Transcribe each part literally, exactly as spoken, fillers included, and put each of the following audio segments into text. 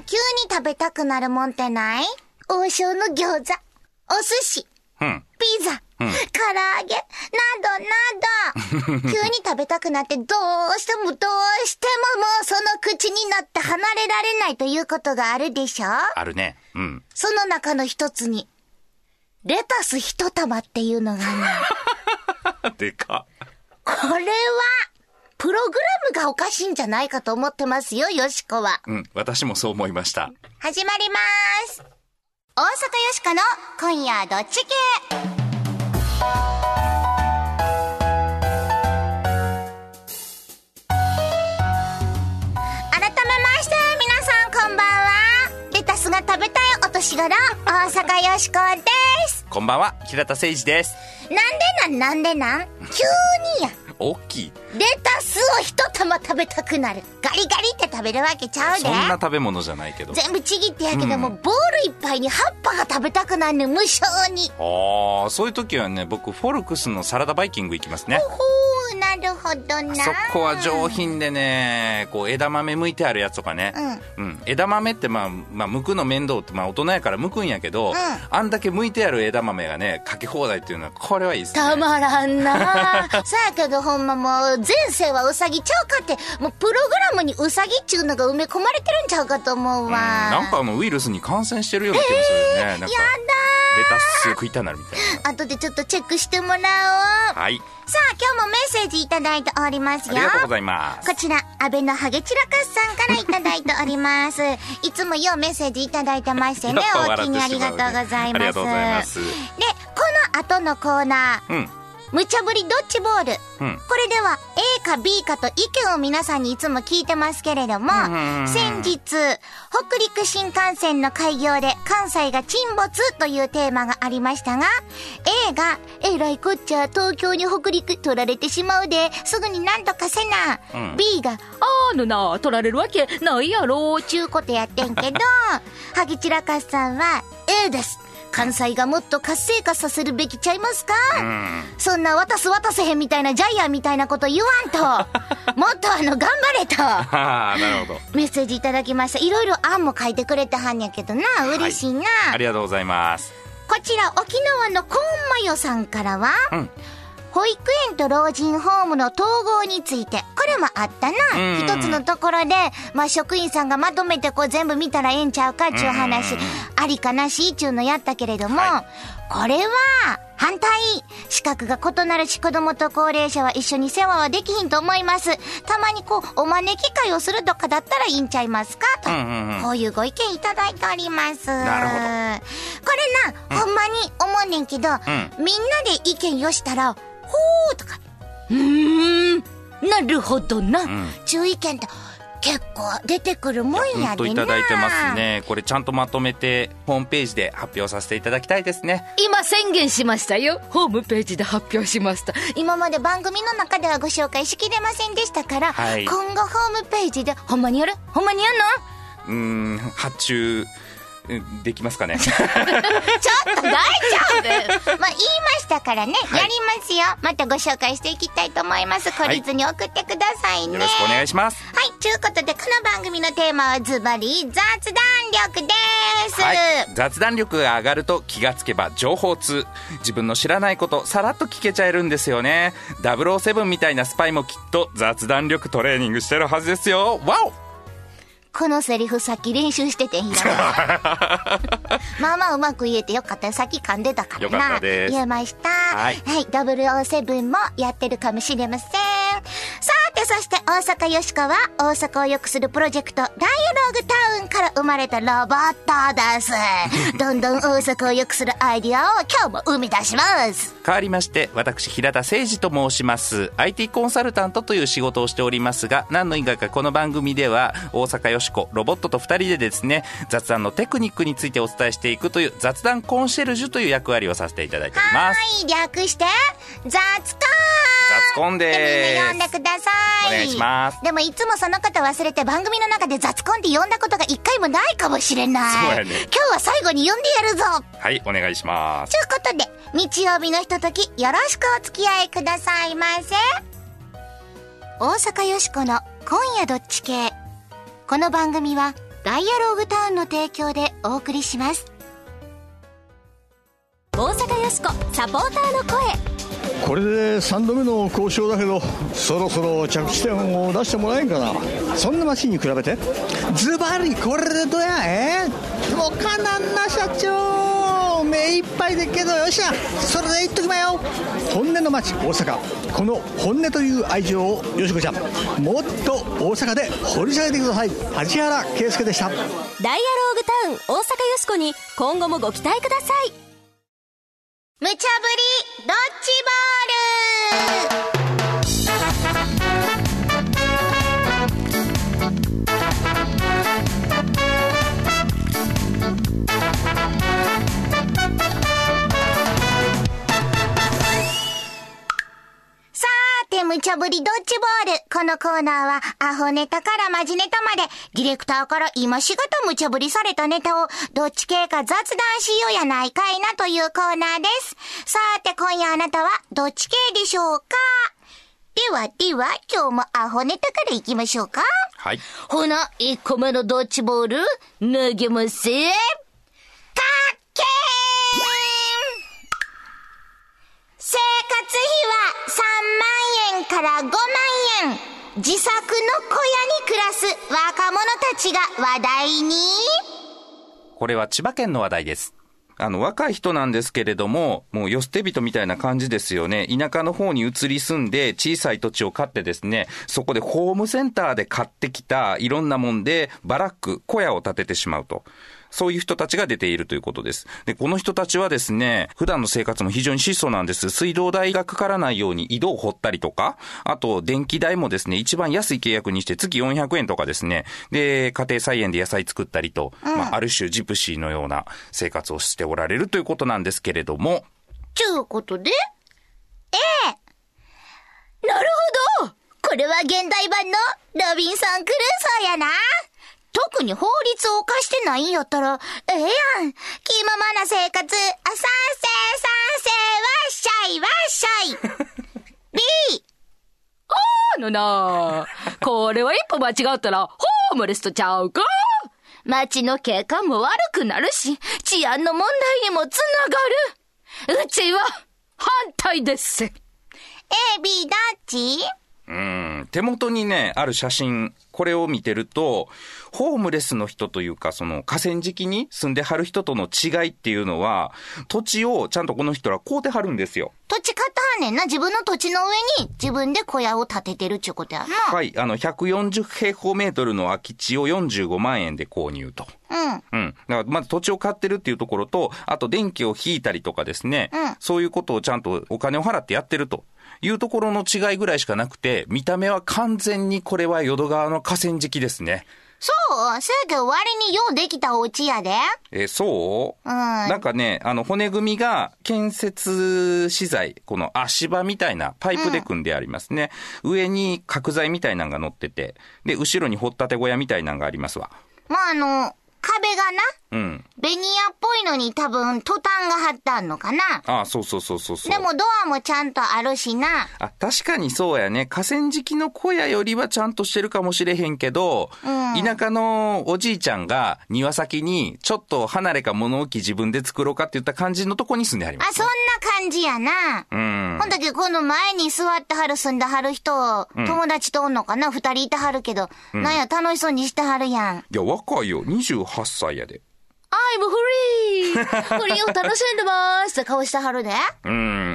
急に食べたくなるもんってない？王将の餃子、お寿司、うん、ピザ、うん、唐揚げ、などなど。急に食べたくなってどうしてもどうしてももうその口になって離れられないということがあるでしょ？ あるね。うん。 その中の一つに、レタス一玉っていうのがある。 でか。 これは、プログラムがおかしいんじゃないかと思ってますよ、よしこは。 うん、私もそう思いました。 始まります。大阪よしこの今夜どっち系。改めまして、皆さんこんばんは。レタスが食べたいお年頃、大阪よしこです。 こんばんは、平田誠二です。 なんでなんなんでなん急にや。 大きい。 レタスを一玉食べたくなる。ガリガリって食べるわけちゃうで。 そんな食べ物じゃないけど。 全部ちぎってやけど、うん、もうボールいっぱいに葉っぱが食べたくなるね、無性に。 ああ、そういう時はね、僕フォルクスのサラダバイキング行きますね。 ほほー、なるほどな。 そこは上品でね、こう枝豆剥いてあるやつとかね、うんうん、枝豆ってまあ、まあ、剥くの面倒ってまあ大人やから剥くんやけど、うん、あんだけ剥いてある枝豆がねかけ放題っていうのはこれはいいですね。 たまらんな。そうやけどほんまもう前世はウサギちゃうかって、もうプログラムにウサギっちゅうのが埋め込まれてるんちゃうかと思うわ。うん、 なんかあのウイルスに感染してるような気がするね。えー、なんかやだレタス食いたなるみたいな。 後でちょっとチェックしてもらおう。 はい。 さあ今日もメッセージいただいておりますよ。 ありがとうございます。 こちら安倍のハゲチラカスさんからいただいております。いつもようメッセージいただいてましてね、お気にありがとうございます。ありがとうございます。でこの後のコーナー、うん無茶ぶりドッジボール、うん、これでは A か B かと意見を皆さんにいつも聞いてますけれども、先日北陸新幹線の開業で関西が沈没というテーマがありましたが、 A がえらいこっちゃ東京に北陸取られてしまうですぐになんとかせな、うん、B があのな取られるわけないやろちゅうことやってんけどハゲチラカスさんは A です、関西がもっと活性化させるべきちゃいますか、うん、そんな渡す渡せへんみたいなジャイアンみたいなこと言わんともっとあの頑張れとあなるほどメッセージいただきました。いろいろ案も書いてくれたはんやけどな、嬉しいな、はい、 ありがとうございます。 こちら沖縄のコーンマヨさんからは、うん保育園と老人ホームの統合について、これもあったな。一つのところで、まあ、職員さんがまとめてこう全部見たらええんちゃうかっちゅう話、ありかなしっちゅうのやったけれども、はい、これは反対。資格が異なるし子供と高齢者は一緒に世話はできひんと思います。たまにこうお招き会をするとかだったらいいんちゃいますかと、うんうんうん、こういうご意見いただいております。 なるほど。 これな、うん、ほんまに思うねんけど、うん、みんなで意見よしたらほーとか、うーん、なるほどな、うん、注意見って結構出てくるもんやでな。 ほんといただいてますね。これちゃんとまとめてホームページで発表させていただきたいですね。 今宣言しましたよ。ホームページで発表しました。 今まで番組の中ではご紹介しきれませんでしたから、はい、今後ホームページでほんまにやるほんまにやんのうーん発注できますかね。 ちょっと大丈夫。まあ言いましたからね、はい、やりますよ。またご紹介していきたいと思います。懲りずに送ってくださいね、 よろしくお願いします。 はい、ということでこの番組のテーマはズバリ雑談力です、 はい、雑談力が上がると気がつけば情報通。自分の知らないことさらっと聞けちゃえるんですよね。ダブルオーセブンみたいなスパイもきっと雑談力トレーニングしてるはずですよ。ワオ。 このセリフさっき練習しててんやまあまあうまく言えてよかったよ。さっき噛んでたからな。 よかったです。 言えました。はい、はい、ダブルオーセブンもやってるかもしれません。さてそして大阪よしこは大阪を良くするプロジェクトダイアローグタウンから生まれたロボットですどんどん大阪を良くするアイディアを今日も生み出します。 変わりまして私平田誠二と申します。 アイティー コンサルタントという仕事をしておりますが、何の因果かこの番組では大阪よしこロボットとふたりでですね、雑談のテクニックについてお伝えしていくという雑談コンシェルジュという役割をさせていただいております。 はい、略して雑コン。雑コンです。 みんな呼んでください。 お願いします。 でもいつもそのこと忘れて番組の中で雑コンって呼んだことが一回もないかもしれない。 そうやね。 今日は最後に呼んでやるぞ。 はい、お願いします。 ということで日曜日のひとときよろしくお付き合いくださいませ。大阪よしこの今夜どっち系。この番組はダイアローグタウンの提供でお送りします。 大阪よしこサポーターの声。 これでさんどめの交渉だけど、そろそろ着地点を出してもらえんかな。そんなマシンに比べてズバリこれでどや。えー、もうかなんな社長、目いっぱいでっけど、よっしゃそれでいっときまよ。本音の街大阪、この本音という愛情をよしこちゃんもっと大阪で掘り下げてください。梶原圭介でした。 ダイアローグタウン大阪よしこに今後もご期待ください。 無茶ぶりドッジボール。さーて、無茶ぶりドッジボール。このコーナーはアホネタからマジネタまで、ディレクターから今しがた無茶ぶりされたネタをどっち系か雑談しようやないかいなというコーナーです。さーて、今夜あなたはどっち系でしょうか。ではでは、今日もアホネタからいきましょうか。 はい。 ほな、いっこめのドッジボール投げますかっけーん。生活費はさんまんえんからごまんえん。自作の小屋に暮らす若者たちが話題に。 これは千葉県の話題です。あの、若い人なんですけれども、もうよ捨て人みたいな感じですよね。田舎の方に移り住んで、小さい土地を買ってですね、そこでホームセンターで買ってきたいろんなもんで、バラック、小屋を建ててしまうと。そういう人たちが出ているということです。で、この人たちはですね、普段の生活も非常に質素なんです。水道代がかからないように井戸を掘ったりとか、あと電気代もですね、一番安い契約にして月よんひゃくえんとかですね、で、家庭菜園で野菜作ったりと、うん、まあ、ある種ジプシーのような生活をしておられるということなんですけれども。 ちゅうことで、ええ。なるほど。これは現代版のロビンソン・クルーソーやな。特に法律を犯してないんやったら、ええやん。気ままな生活、あ、賛成賛成、わっしゃいわっしゃい。B。 あのなぁ、これは一歩間違ったら、ホームレスとちゃうか？ 街の景観も悪くなるし、治安の問題にもつながる。 うちは、反対です。 A、B どっち？ うーん、手元にね、ある写真、これを見てると、ホームレスの人というか、その河川敷に住んではる人との違いっていうのは、土地をちゃんとこの人ら買うてはるんですよ。 土地買ったはんねんな。自分の土地の上に自分で小屋を建ててるっちゅうことやな。 はい、あの、ひゃくよんじゅうへいほうメートルの空き地をよんじゅうごまんえんで購入と。 うん。 うん。だから、まず土地を買ってるっていうところと、あと電気を引いたりとかですね。 うん。そういうことをちゃんとお金を払ってやってるというところの違いぐらいしかなくて、見た目は完全にこれは淀川の河川敷ですね。 そう？そやけど割にようできたお家やで。 え、そう？うん。なんかね、あの、骨組みが建設資材、この足場みたいなパイプで組んでありますね。うん、上に角材みたいなのが乗ってて、で、後ろに掘ったて小屋みたいなのがありますわ。 まあ、あの、壁がな。 うん。 ベニヤっぽいのに多分トタンが張ってあんのかな。 ああ、そうそうそうそうそう。 でもドアもちゃんとあるしな。 あ、確かにそうやね。河川敷の小屋よりはちゃんとしてるかもしれへんけど、うん、田舎のおじいちゃんが庭先にちょっと離れか物置自分で作ろうかって言った感じのとこに住んであります、ね。 あ、そんな感じやな。 うん。 ほんだけこの前に座ってはる住んではる人、うん、友達とおんのかな二人いてはるけど、うん、なんや楽しそうにしてはるやん。 いや、若いよ。にじゅうはっさいやで。 I'm free! フリーを楽しんでまーすって顔してはるで。 うん。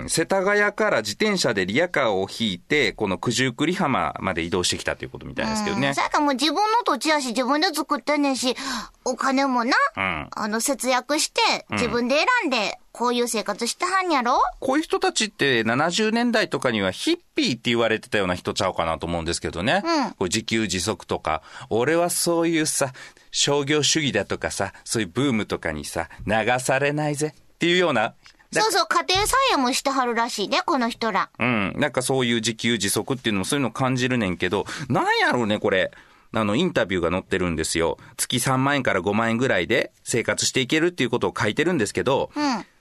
世田谷から自転車でリヤカーを引いて、この九十九里浜まで移動してきたということみたいですけどね。 うん。それかもう自分の土地やし、自分で作ってんねんし、お金もな、うん、あの、節約して、自分で選んで、こういう生活してはんやろ？ こういう人たちってななじゅうねんだいとかにはヒッピーって言われてたような人ちゃうかなと思うんですけどね。うん。こう自給自足とか、俺はそういうさ、商業主義だとかさ、そういうブームとかにさ、流されないぜっていうような。 そうそう、家庭菜園もしてはるらしいね、この人ら。 うん。なんかそういう自給自足っていうのもそういうのを感じるねんけど、なんやろうね、これ。あの、インタビューが載ってるんですよ。月さんまんえんからごまんえんぐらいで生活していけるっていうことを書いてるんですけど、うん。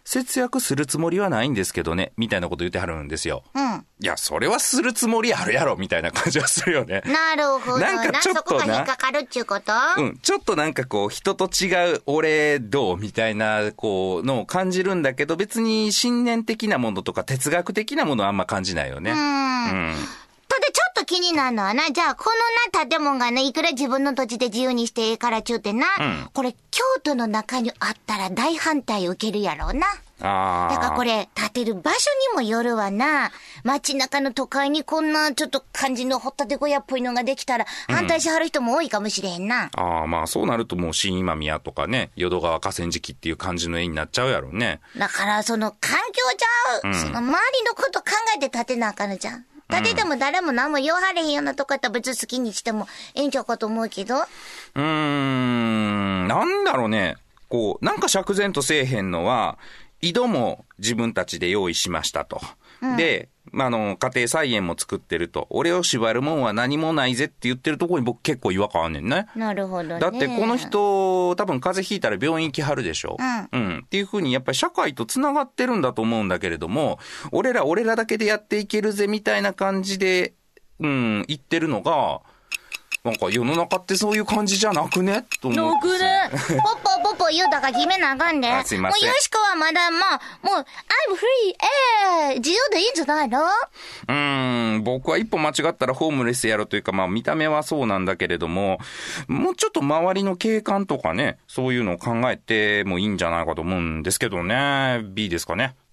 節約するつもりはないんですけどね、みたいなこと言ってはるんですよ。 うん。 いや、それはするつもりあるやろ、みたいな感じはするよね。 なるほどな。 なんかちょっとな、 そこが引っかかるっちゅうこと？ うん。ちょっとなんかこう、人と違う俺どうみたいな、こう、のを感じるんだけど、別に信念的なものとか哲学的なものはあんま感じないよね。うん。うんただちょっと気になるのはな、じゃあこのな建物がね、いくら自分の土地で自由にしていいからちゅうてな、うん、これ京都の中にあったら大反対受けるやろうな。 ああ。 だからこれ建てる場所にもよるわな。街中の都会にこんなちょっと感じの掘ったて小屋っぽいのができたら反対しはる人も多いかもしれへんな。 うん、ああ、まあそうなるともう新今宮とかね、淀川河川敷っていう感じの絵になっちゃうやろうね。 だからその環境ちゃう、うん、その周りのこと考えて建てなあかんのじゃん。建てても誰も何も言わはれへんようなとこやったら別に好きにしてもええんちゃうかと思うけど。うーん、なんだろうね。こう、なんか釈然とせえへんのは、井戸も自分たちで用意しましたと。うん、で、まあ、あの、家庭菜園も作ってると。俺を縛るもんは何もないぜって言ってるところに僕結構違和感あんねんね。 なるほどね。 だってこの人、多分風邪ひいたら病院行きはるでしょ。うん。うん。っていうふうにやっぱり社会と繋がってるんだと思うんだけれども、俺ら俺らだけでやっていけるぜみたいな感じで、うん、言ってるのが、なんか世の中ってそういう感じじゃなくねと思う。 なくね。ポッポポッポ言うたか決めなあかんね。 すいません。 もうよしこはまだまあ、もう、I'm free, ええー、自由でいいんじゃないの？ うーん、僕は一歩間違ったらホームレスやろというか、まあ見た目はそうなんだけれども、もうちょっと周りの景観とかね、そういうのを考えてもいいんじゃないかと思うんですけどね。B ですかね。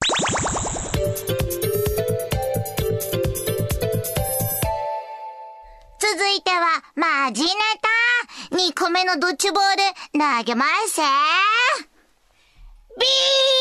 続いては、マジネタ。にこめのドッジボール、投げませ。ビ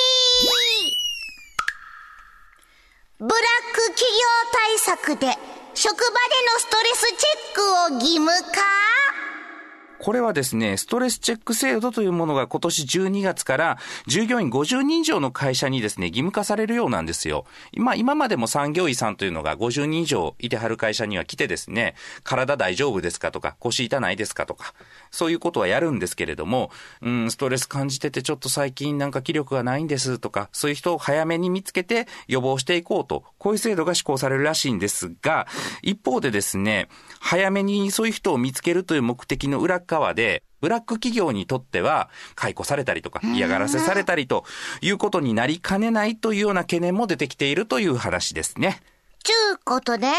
ーブラック企業対策で、職場でのストレスチェックを義務化？ これはですね、ストレスチェック制度というものが今年じゅうにがつから従業員ごじゅうにん以上の会社にですね、義務化されるようなんですよ。今、今までも産業医さんというのがごじゅうにん以上いてはる会社には来てですね、体大丈夫ですかとか、腰痛ないですかとか、そういうことはやるんですけれども、うん、ストレス感じててちょっと最近なんか気力がないんですとか、そういう人を早めに見つけて予防していこうと、こういう制度が施行されるらしいんですが、一方でですね、早めにそういう人を見つけるという目的の裏側で、ブラック企業にとっては解雇されたりとか嫌がらせされたりということになりかねないというような懸念も出てきているという話ですね。 ちゅうことで、え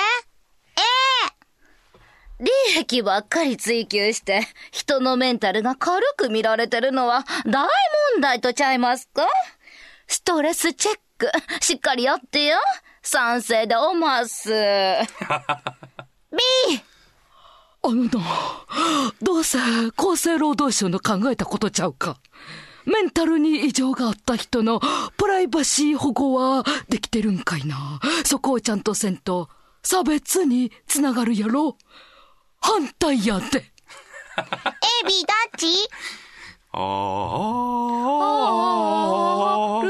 えー、利益ばっかり追求して人のメンタルが軽く見られてるのは大問題とちゃいますか？ストレスチェックしっかりやってよ。賛成でおます。 B あのな、どうせ厚生労働省の考えたことちゃうか。メンタルに異常があった人のプライバシー保護はできてるんかいな。そこをちゃんとせんと差別につながるやろ。反対やで。 A、B どっち？ ああ。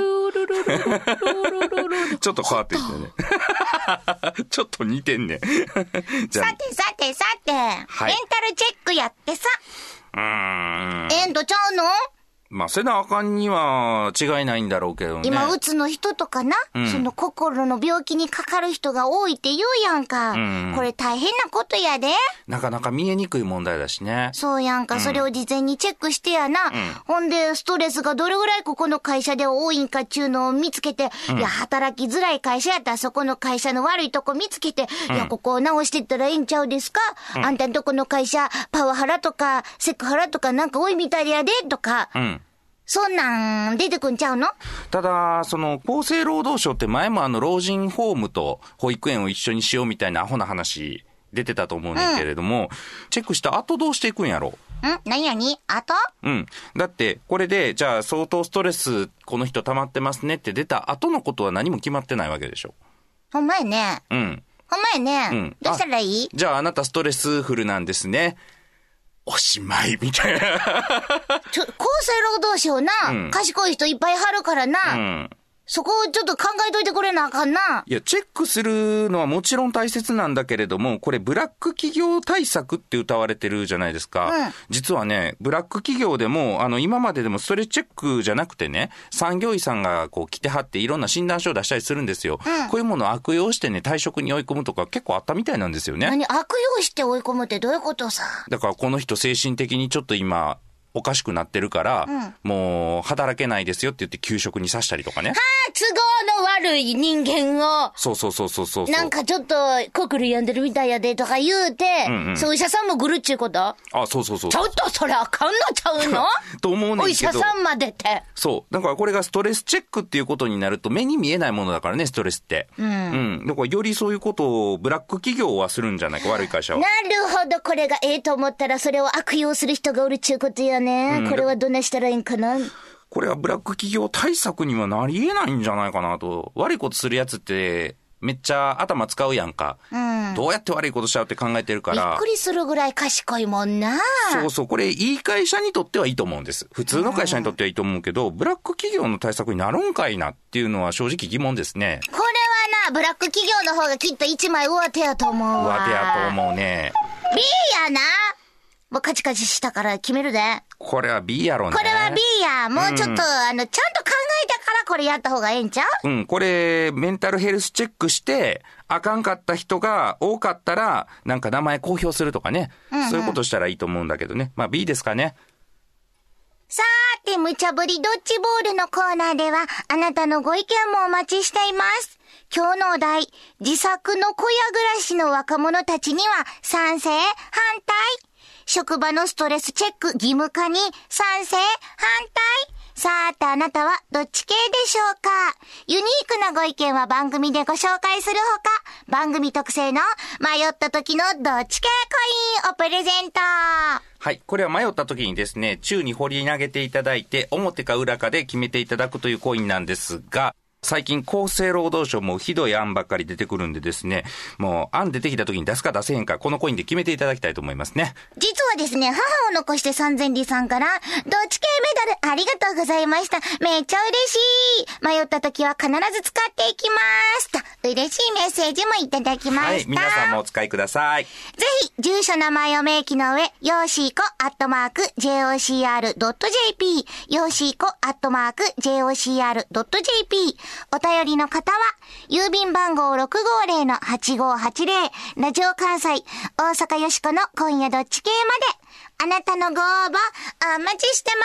ちょっと変わってきてね。ちょっと似てんね。 じゃあさてさてさて、はい、メンタルチェックやってさ。 うーん。 えんとちゃうの？ まあ、せなあかんには違いないんだろうけどね。 今、うつの人とかな、うん、その心の病気にかかる人が多いって言うやんか。うん、これ大変なことやで。 なかなか見えにくい問題だしね。 そうやんか、うん、それを事前にチェックしてやな。うん、ほんで、ストレスがどれぐらいここの会社で多いんかっちゅうのを見つけて、うん、いや、働きづらい会社やったらそこの会社の悪いとこ見つけて、うん、いや、ここを直してったらええんちゃうですか、うん、あんたんとこの会社、パワハラとか、セクハラとかなんか多いみたいやで、とか。うんそんなん出てくんちゃうの？ ただ、その厚生労働省って前もあの老人ホームと保育園を一緒にしようみたいなアホな話出てたと思うんだけれども、うん、チェックした後どうしていくんやろ？ ん？何やに？後？ うん。だってこれでじゃあ相当ストレスこの人溜まってますねって出た後のことは何も決まってないわけでしょ。 ほんまやね。 うん。 ほんまやね。うん。どうしたらいい？ じゃああなたストレスフルなんですね。おしまいみたいなちょ厚生労働省な、うん、賢い人いっぱい貼るからな、うん、 そこをちょっと考えといてくれなあかんな。 いや、チェックするのはもちろん大切なんだけれども、これブラック企業対策って謳われてるじゃないですか。うん、実はね、ブラック企業でも、あの、今まででもストレスチェックじゃなくてね、産業医さんがこう来てはっていろんな診断書を出したりするんですよ。うん、こういうものを悪用してね、退職に追い込むとか結構あったみたいなんですよね。 何、悪用して追い込むってどういうことさ。 だからこの人精神的にちょっと今、おかしくなってるから、うん、もう働けないですよって言って休職にさしたりとかね。 はあ、都合の悪い人間を。 そうそうそうそうそう。 なんかちょっとコクル病んでるみたいやでとか言うて、うんうん、そうお医者さんもぐるっちゅうこと？あ、 そうそうそう。 ちょっとそれあかんのちゃうのと思うねんけど。 お医者さんまでって。 そう。だからこれがストレスチェックっていうことになると目に見えないものだからね、ストレスって。うん。うん。だからよりそういうことをブラック企業はするんじゃないか、悪い会社は。 なるほど、これがええと思ったらそれを悪用する人がおるっちゅうことやね。うん、これはどんなしたらいいんかな。 これはブラック企業対策にはなり得ないんじゃないかなと。悪いことするやつってめっちゃ頭使うやんか、うん、どうやって悪いことしちゃうって考えてるから。 びっくりするぐらい賢いもんな。 そうそう、これいい会社にとってはいいと思うんです。普通の会社にとってはいいと思うけど、うん、ブラック企業の対策になるんかいなっていうのは正直疑問ですね。 これはな、ブラック企業の方がきっと一枚上手やと思うわ。 上手やと思うね。 B やな。もうカチカチしたから決めるで。 これは B やろね。 これは B や。もうちょっと、うん、あの、ちゃんと考えたからこれやった方がええんちゃう？うん、これ、メンタルヘルスチェックして、あかんかった人が多かったら、なんか名前公表するとかね。うんうん、そういうことしたらいいと思うんだけどね。まあ B ですかね。 さーて、無茶ぶりドッジボールのコーナーでは、あなたのご意見もお待ちしています。今日のお題、自作の小屋暮らしの若者たちには賛成？反対？職場のストレスチェック義務化に賛成？反対？さーてあなたはどっち系でしょうか？ユニークなご意見は番組でご紹介するほか、番組特製の迷った時のどっち系コインをプレゼント。 はい。これは迷った時にですね、宙に掘り投げていただいて、表か裏かで決めていただくというコインなんですが、最近厚生労働省もひどい案ばっかり出てくるんでですね、もう案出てきた時に出すか出せへんか、このコインで決めていただきたいと思いますね。 実はですね、母を残して三千里さんから、どっち系メダルありがとうございました。めっちゃ嬉しい。迷った時は必ず使っていきますと、嬉しいメッセージもいただきました。はい、 皆さんもお使いください。ぜひ、住所名前を明記の上、よーしーこアットマーク ジェイオーシーアールドットジェイピー、よーしーこアットマーク ジェイオーシーアールドットジェイピー、お便りの方は、郵便番号 ろくごーぜろのはちごーはちぜろ、ラジオ関西、大阪よしこの今夜どっち系まで、あなたのご応募、お待ちして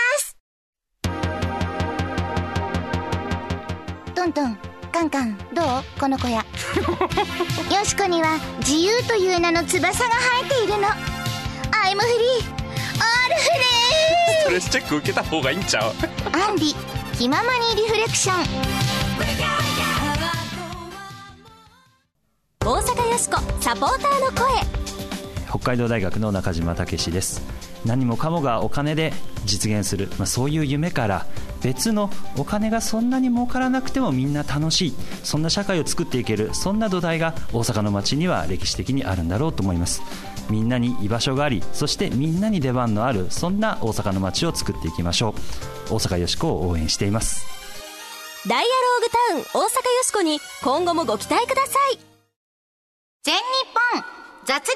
ます。トントン、カンカン、どう？この小屋。よしこには、自由という名の翼が生えているの。アイムフリー、オールフリー。 ストレスチェック受けた方がいいんちゃう？ アンリ、気ままにリフレクション。 大阪よしこサポーターの声。 北海道大学の中島武史です。何もかもがお金で実現する、まあ、そういう夢から別のお金がそんなに儲からなくてもみんな楽しい、そんな社会を作っていける、そんな土台が大阪の街には歴史的にあるんだろうと思います。みんなに居場所があり、そしてみんなに出番のある、そんな大阪の街を作っていきましょう。大阪よしこを応援しています。 ダイアローグタウン大阪よしこに今後もご期待ください。 全日本雑談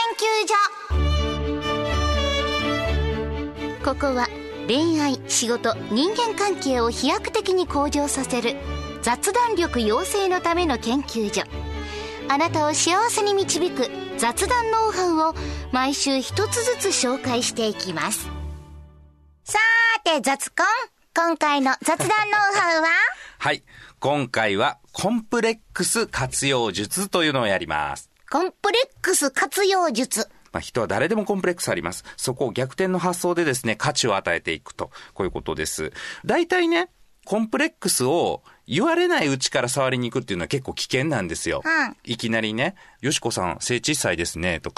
研究所。ここは恋愛、仕事、人間関係を飛躍的に向上させる雑談力養成のための研究所。あなたを幸せに導く雑談ノウハウを毎週一つずつ紹介していきます。さーて雑コン、今回の雑談ノウハウははい、今回はコンプレックス活用術というのをやります。 コンプレックス活用術。 まあ、人は誰でもコンプレックスあります。そこを逆転の発想でですね、価値を与えていくと、こういうことです。大体ね、コンプレックスを言われないうちから触りに行くっていうのは結構危険なんですよ。うん、いきなりね、よしこさん背小さいですねとか、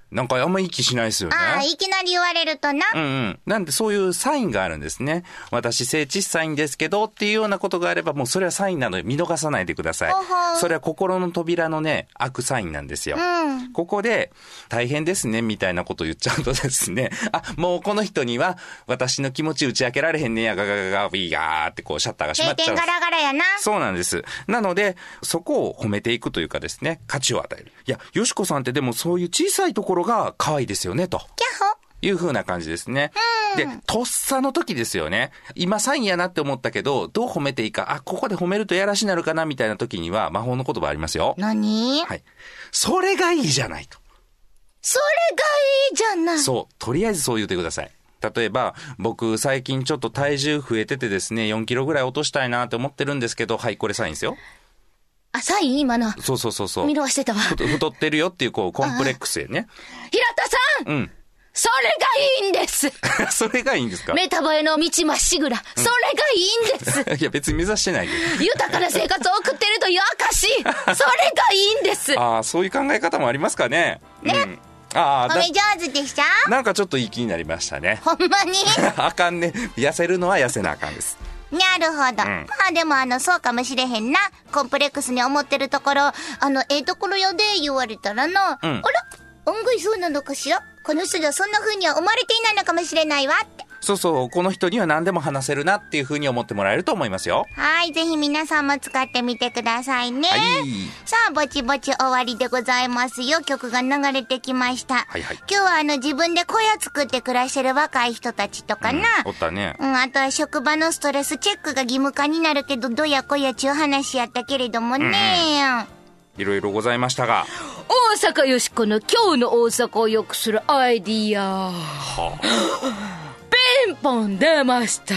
なんかあんまいい気しないですよね。 ああ、いきなり言われるとな。 うんうん。なんでそういうサインがあるんですね。私背小さいんですけどっていうようなことがあれば、もうそれはサインなので見逃さないでください。 ほほそれは心の扉のね、開くサインなんですよ。 うん、 ここで大変ですねみたいなことを言っちゃうとですね、あ、もうこの人には私の気持ち打ち明けられへんねや、ガガガガビーガーってこうシャッターが閉まっちゃう。 閉店ガラガラやな。 そうなんです。なので、そこを褒めていくというかですね、価値を与える。いや、よしこさんってでもそういう小さいところが可愛いですよね、と。 キャッホいう風な感じですね。で、とっさの時ですよね。今サインやなって思ったけど、どう褒めていいか、あ、ここで褒めるとやらしなるかなみたいな時には魔法の言葉ありますよ。 何？ はい。それがいいじゃないと。 それがいいじゃない。 そう。とりあえずそう言ってください。例えば、僕最近ちょっと体重増えててですね、よんキロぐらい落としたいなって思ってるんですけど、はい、これサインですよ。 あ、サイン今の。 そうそうそうそう。 見逃してたわ。 太ってるよっていうこうコンプレックスでね。 平田さん、 うん。 それがいいんです。 それがいいんですか？ メタボへの道まっしぐら、それがいいんです。 いや別に目指してないけど。 豊かな生活を送ってるという証。それがいいんです。 ああ、そういう考え方もありますかね。 ね。 うん、ああ、 褒め上手でした？ なんかちょっといい気になりましたね。 ほんまにあかんね。痩せるのは痩せなあかんです。 なるほど。うん、まあでもあの、そうかもしれへんな。コンプレックスに思ってるところ、あの、ええところよで言われたらな。うん、あら、案外そうなのかしら？この人にはそんな風には思われていないのかもしれないわって。 そうそう、この人には何でも話せるなっていう風に思ってもらえると思いますよ。 はい、ぜひ皆さんも使ってみてくださいね。 はい。 さあ、ぼちぼち終わりでございますよ。曲が流れてきました。 はいはい。 今日はあの、自分で小屋作って暮らしてる若い人たちとかな。 うん、おったね。 うん、あとは職場のストレスチェックが義務化になるけど、どやこやちゅう話やったけれどもね。 いろいろございましたが。 大阪よしこの今日の大阪を良くするアイディア。はあピンポン出ました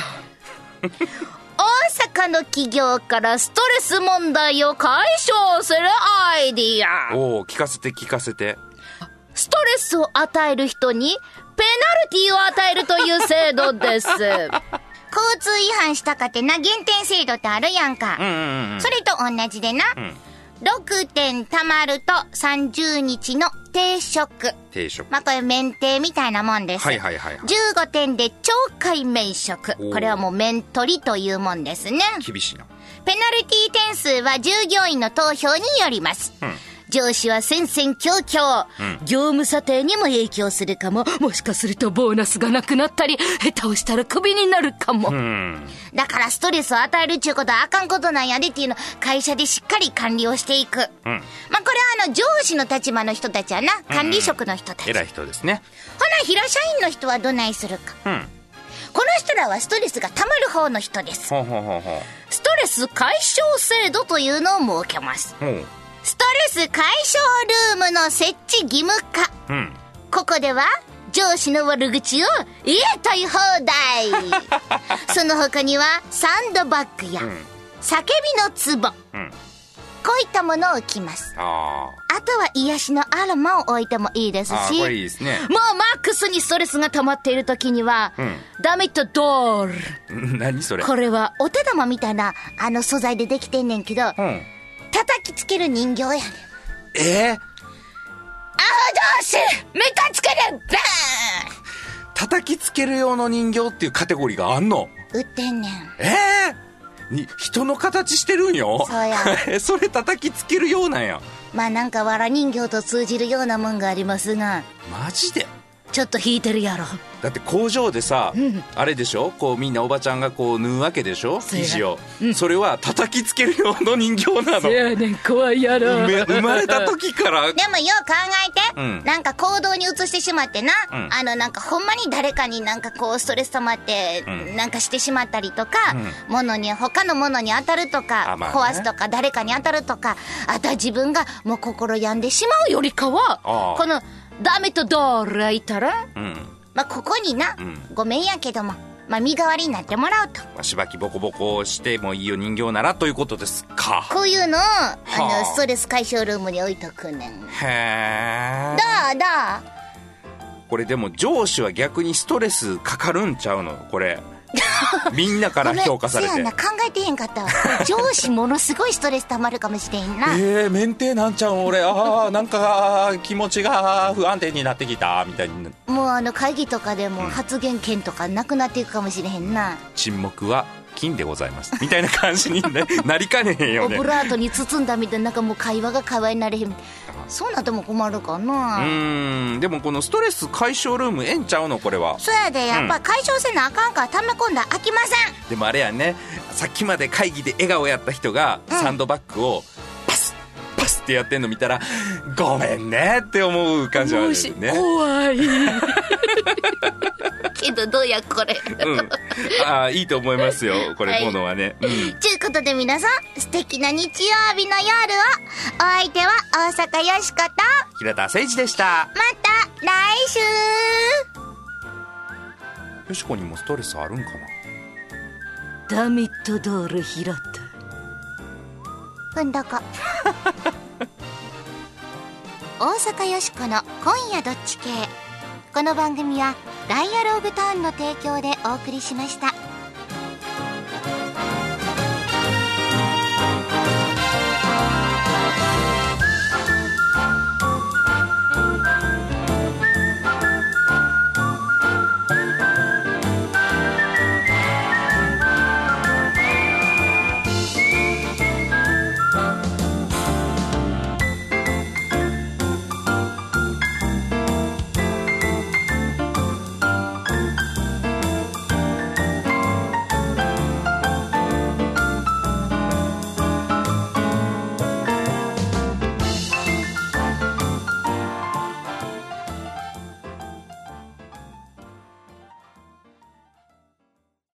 大阪の企業からストレス問題を解消するアイディア。 おお、聞かせて聞かせて。 ストレスを与える人にペナルティを与えるという制度です交通違反したかてな、減点制度ってあるやんか、うんうんうん、それと同じでな、うん、ろくてん貯まるとさんじゅうにちの定職。 定職。 まあ、これ免停みたいなもんです。 はいはいはい、はい。 じゅうごてんで懲戒免職。これはもう免取りというもんですね。 厳しいな。 ペナルティ点数は従業員の投票によります。うん、上司は戦々恐々、うん、業務査定にも影響するかも。もしかするとボーナスがなくなったり、下手をしたらクビになるかも。うん、だからストレスを与えるっちゅうことはあかんことなんやでっていうのを会社でしっかり管理をしていく。うん、まあこれはあの上司の立場の人たちはな、管理職の人たち。 偉い人ですね。 ほな平社員の人はどないするか。うん、この人らはストレスがたまる方の人です。ほうほうほうほう。ストレス解消制度というのを設けます。うん、ストレス解消ルームの設置義務化、うん、ここでは上司の悪口を言えたい放題その他にはサンドバッグや、うん、叫びの壺、うん、こういったものを置きます。あ, あとは癒しのアロマを置いてもいいですし、 これいいですね。 もうマックスにストレスが溜まっている時には、うん、ダメットドール何それ。これはお手玉みたいなあの素材でできてんねんけど、うん、叩きつける人形やねん。 えー、アホ上司メカつけてバーン。 叩きつける用の人形っていうカテゴリーがあんの。 売ってんねん。 えー、に人の形してるんよ。 そうやそれ叩きつけるようなんや。 まあなんかわら人形と通じるようなもんがありますが。 マジでちょっと引いてるやろ。 だって工場でさ、うん、あれでしょ、こうみんなおばちゃんがこう縫うわけでしょ、生地を、うん、それは叩きつける用の人形なの。 せやねん、怖いやろ。 生まれた時からでもよう考えて、うん、なんか行動に移してしまってな、うん、あのなんかほんまに誰かになんかこうストレス溜まって、うん、なんかしてしまったりとか、うん、物に他の物に当たるとか、まあね、壊すとか誰かに当たるとか、あとは自分がもう心病んでしまうよりかは、このダメとドールがいたら、うん、まあここにな、うん、ごめんやけども、まあ身代わりになってもらうと。 まあ、しばきボコボコしてもいいよ人形ならということですか。 こういうのをあのストレス解消ルームに置いとくねん。 へー。 どうどう。 これでも上司は逆にストレスかかるんちゃうのこれ。 みんなから評価されて。 ごめん、せやな、考えてへんかったわ。上司ものすごいストレス溜まるかもしれんな。 えー、免停なんちゃうん俺。ああ、なんか気持ちが不安定になってきたみたいに。 もうあの会議とかでも発言権とかなくなっていくかもしれへんな。 沈黙は金でございますみたいな感じに、ね、なりかねへんよね。 オブラートに包んだみたいな、なんかもう会話が会話になれへん。そうなっても困るかな。 うーん、でもこのストレス解消ルームええんちゃうのこれは。 そうやで、やっぱ解消せなあかんから溜め込んだら飽きません。 でもあれやね、さっきまで会議で笑顔やった人がサンドバッグをパスパスってやってんの見たら、ごめんねって思う感じはあるよね。 怖いけどどうやこれ、 うん、ああいいと思いますよこれ、はい、ものはね。と、うん、いうことで皆さん、素敵な日曜日の夜を。お相手は大阪よしこと平田誠二でした。 また来週。 よしこにもストレスあるんかな。ダミットドール平田ふんどこ大阪よしこの今夜どっち系。この番組はダイアローグターンの提供でお送りしました。